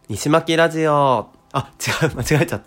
西巻ラジオ。間違えちゃった。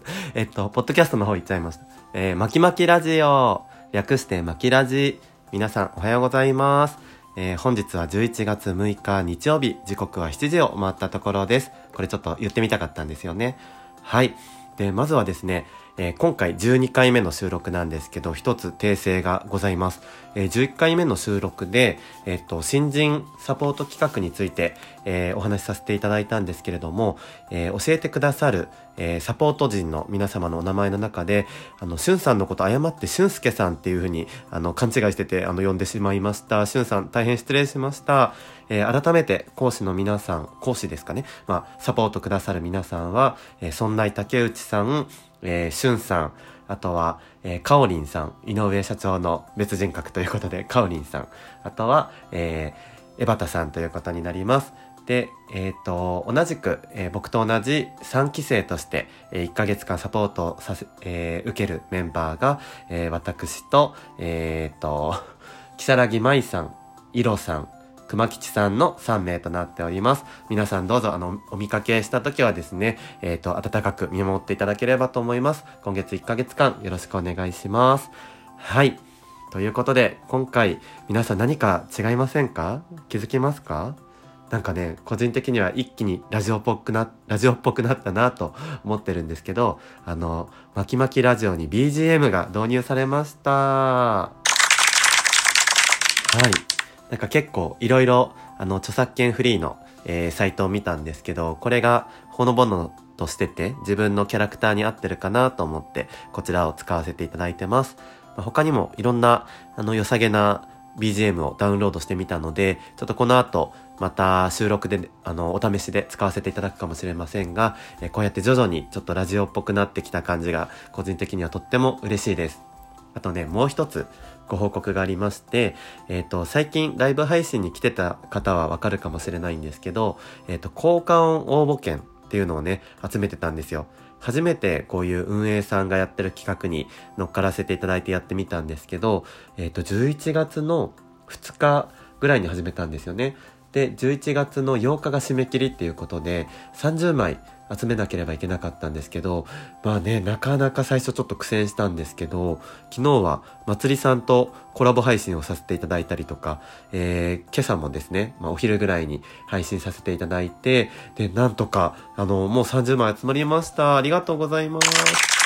ポッドキャストの方行っちゃいました。巻き巻きラジオ。略して巻きラジ。皆さんおはようございます。本日は11月6日日曜日、時刻は7時を回ったところです。これちょっと言ってみたかったんですよね。はい。で、まずはですね、今回12回目の収録なんですけど、一つ訂正がございます。11回目の収録で、新人サポート企画について、お話しさせていただいたんですけれども、教えてくださる、サポート陣の皆様のお名前の中で、しゅんさんのこと誤ってしゅんすけさんっていう風に、勘違いしてて、呼んでしまいました。しゅんさん、大変失礼しました。改めて講師の皆さん、講師ですかね。サポートくださる皆さんは、尊内竹内さん、しゅんさん、あとは、かおりんさん、井上社長の別人格ということで、かおりんさん、あとは、江端さんということになります。で、同じく、僕と同じ3期生として、1ヶ月間サポート受けるメンバーが、私と、木更木舞さん、いろさん、熊吉さんの3名となっております。皆さんどうぞお見かけした時はですね、温かく見守っていただければと思います。今月1ヶ月間よろしくお願いします。はい。ということで、今回皆さん何か違いませんか？気づきますか？なんかね、個人的には一気にラジオっぽくなったなと思ってるんですけど、巻き巻きラジオに BGM が導入されました。はい。なんか結構いろいろ著作権フリーの、サイトを見たんですけど、これがほのぼのとしてて自分のキャラクターに合ってるかなと思ってこちらを使わせていただいてます。他にもいろんな良さげな BGM をダウンロードしてみたので、ちょっとこの後また収録でお試しで使わせていただくかもしれませんが、こうやって徐々にちょっとラジオっぽくなってきた感じが個人的にはとっても嬉しいです。あとね、もう一つご報告がありまして、最近ライブ配信に来てた方はわかるかもしれないんですけど、効果音応募券っていうのをね、集めてたんですよ。初めてこういう運営さんがやってる企画に乗っからせていただいてやってみたんですけど、11月の2日ぐらいに始めたんですよね。で、11月の8日が締め切りっていうことで、30枚集めなければいけなかったんですけど、なかなか最初ちょっと苦戦したんですけど、昨日はまつりさんとコラボ配信をさせていただいたりとか、今朝もですね、お昼ぐらいに配信させていただいて、で、なんとか、もう30枚集まりました。ありがとうございます。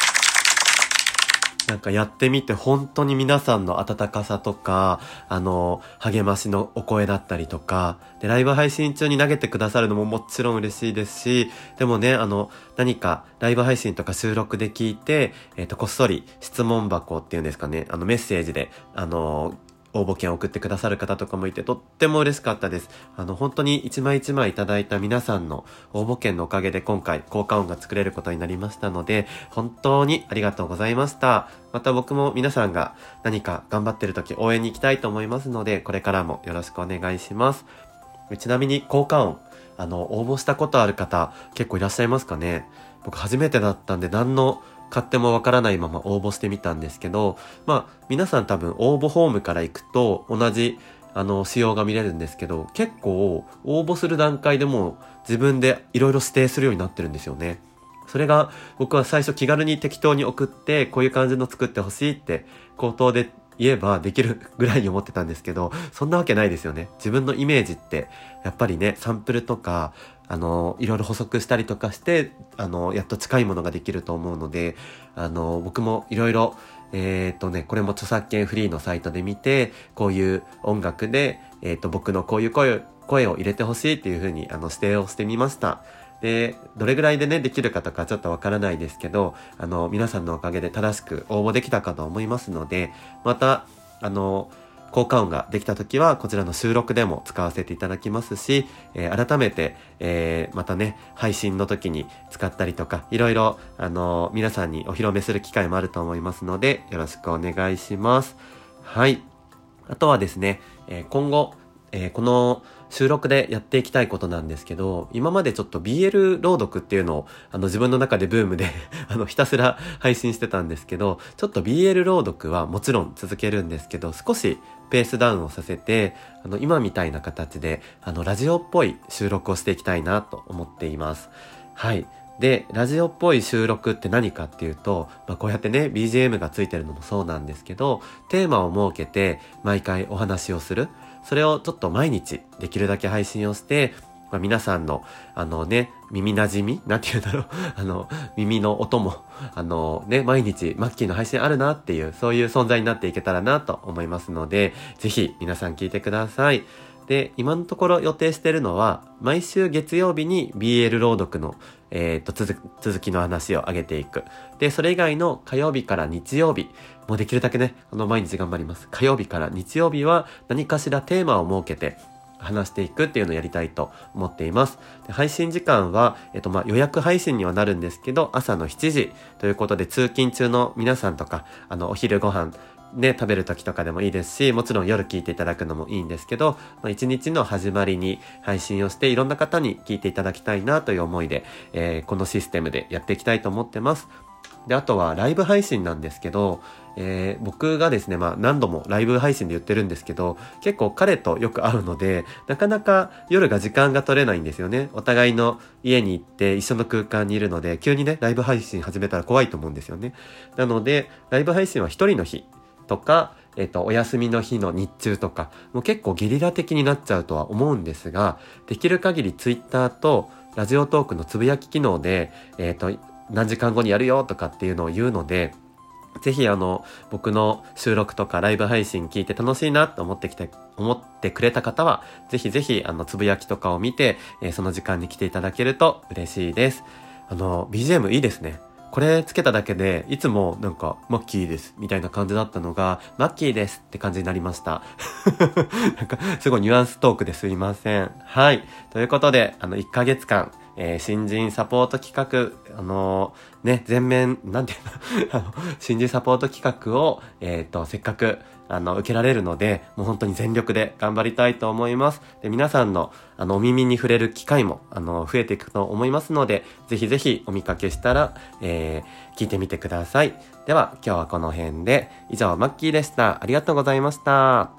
なんかやってみて本当に皆さんの温かさとか、励ましのお声だったりとか、で、ライブ配信中に投げてくださるのももちろん嬉しいですし、でもね、何かライブ配信とか収録で聞いて、こっそり質問箱っていうんですかね、メッセージで、応募券を送ってくださる方とかもいてとっても嬉しかったです。本当に一枚一枚いただいた皆さんの応募券のおかげで今回効果音が作れることになりましたので、本当にありがとうございました。また僕も皆さんが何か頑張ってる時応援に行きたいと思いますので、これからもよろしくお願いします。ちなみに効果音、応募したことある方結構いらっしゃいますかね？僕初めてだったんで何の買ってもわからないまま応募してみたんですけど、皆さん多分応募フォームから行くと同じ仕様が見れるんですけど、結構応募する段階でもう自分でいろいろ指定するようになってるんですよね。それが僕は最初気軽に適当に送ってこういう感じの作ってほしいって口頭で言えばできるぐらいに思ってたんですけど、そんなわけないですよね。自分のイメージってやっぱりね、サンプルとかいろいろ補足したりとかしてやっと近いものができると思うので、僕もいろいろこれも著作権フリーのサイトで見て、こういう音楽で僕のこういう声を入れてほしいっていう風に指定をしてみました。で、どれぐらいでね、できるかとかちょっとわからないですけど、皆さんのおかげで正しく応募できたかと思いますので、また、効果音ができた時はこちらの収録でも使わせていただきますし、改めて、またね、配信の時に使ったりとか、いろいろ、皆さんにお披露目する機会もあると思いますので、よろしくお願いします。はい。あとはですね、今後、この収録でやっていきたいことなんですけど、今までちょっと BL 朗読っていうのを自分の中でブームでひたすら配信してたんですけど、ちょっと BL 朗読はもちろん続けるんですけど、少しペースダウンをさせて、今みたいな形でラジオっぽい収録をしていきたいなと思っています。 はい。で、ラジオっぽい収録って何かっていうと、こうやってね、BGM がついてるのもそうなんですけど、テーマを設けて毎回お話をする。それをちょっと毎日できるだけ配信をして、皆さんの、耳馴染みなんて言うんだろう。耳の音も、毎日マッキーの配信あるなっていう、そういう存在になっていけたらなと思いますので、ぜひ皆さん聞いてください。で、今のところ予定しているのは、毎週月曜日に BL 朗読の、続きの話を上げていく。で、それ以外の火曜日から日曜日、もうできるだけね、毎日頑張ります。火曜日から日曜日は何かしらテーマを設けて、話していくっていうのをやりたいと思っています。で、配信時間は、予約配信にはなるんですけど、朝の7時ということで、通勤中の皆さんとか、お昼ご飯、ね、食べる時とかでもいいですし、もちろん夜聞いていただくのもいいんですけど、一日の始まりに配信をしていろんな方に聞いていただきたいなという思いで、このシステムでやっていきたいと思ってます。で、あとはライブ配信なんですけど、僕がですね、何度もライブ配信で言ってるんですけど、結構彼とよく会うので、なかなか夜が時間が取れないんですよね。お互いの家に行って一緒の空間にいるので、急にね、ライブ配信始めたら怖いと思うんですよね。なので、ライブ配信は一人の日とか、お休みの日の日中とか、もう結構ゲリラ的になっちゃうとは思うんですが、できる限りツイッターとラジオトークのつぶやき機能で、何時間後にやるよとかっていうのを言うので、ぜひ僕の収録とかライブ配信聞いて楽しいなと思ってくれた方は、ぜひぜひつぶやきとかを見て、その時間に来ていただけると嬉しいです。BGM いいですね。これつけただけで、いつもなんか、マッキーですみたいな感じだったのが、マッキーですって感じになりました。なんか、すごいニュアンストークですいません。はい。ということで、1ヶ月間、新人サポート企画、全面、なんていうの新人サポート企画を、せっかく、受けられるので、もう本当に全力で頑張りたいと思います。で、皆さんの、お耳に触れる機会も、増えていくと思いますので、ぜひぜひお見かけしたら、聞いてみてください。では、今日はこの辺で、以上、マッキーでした。ありがとうございました。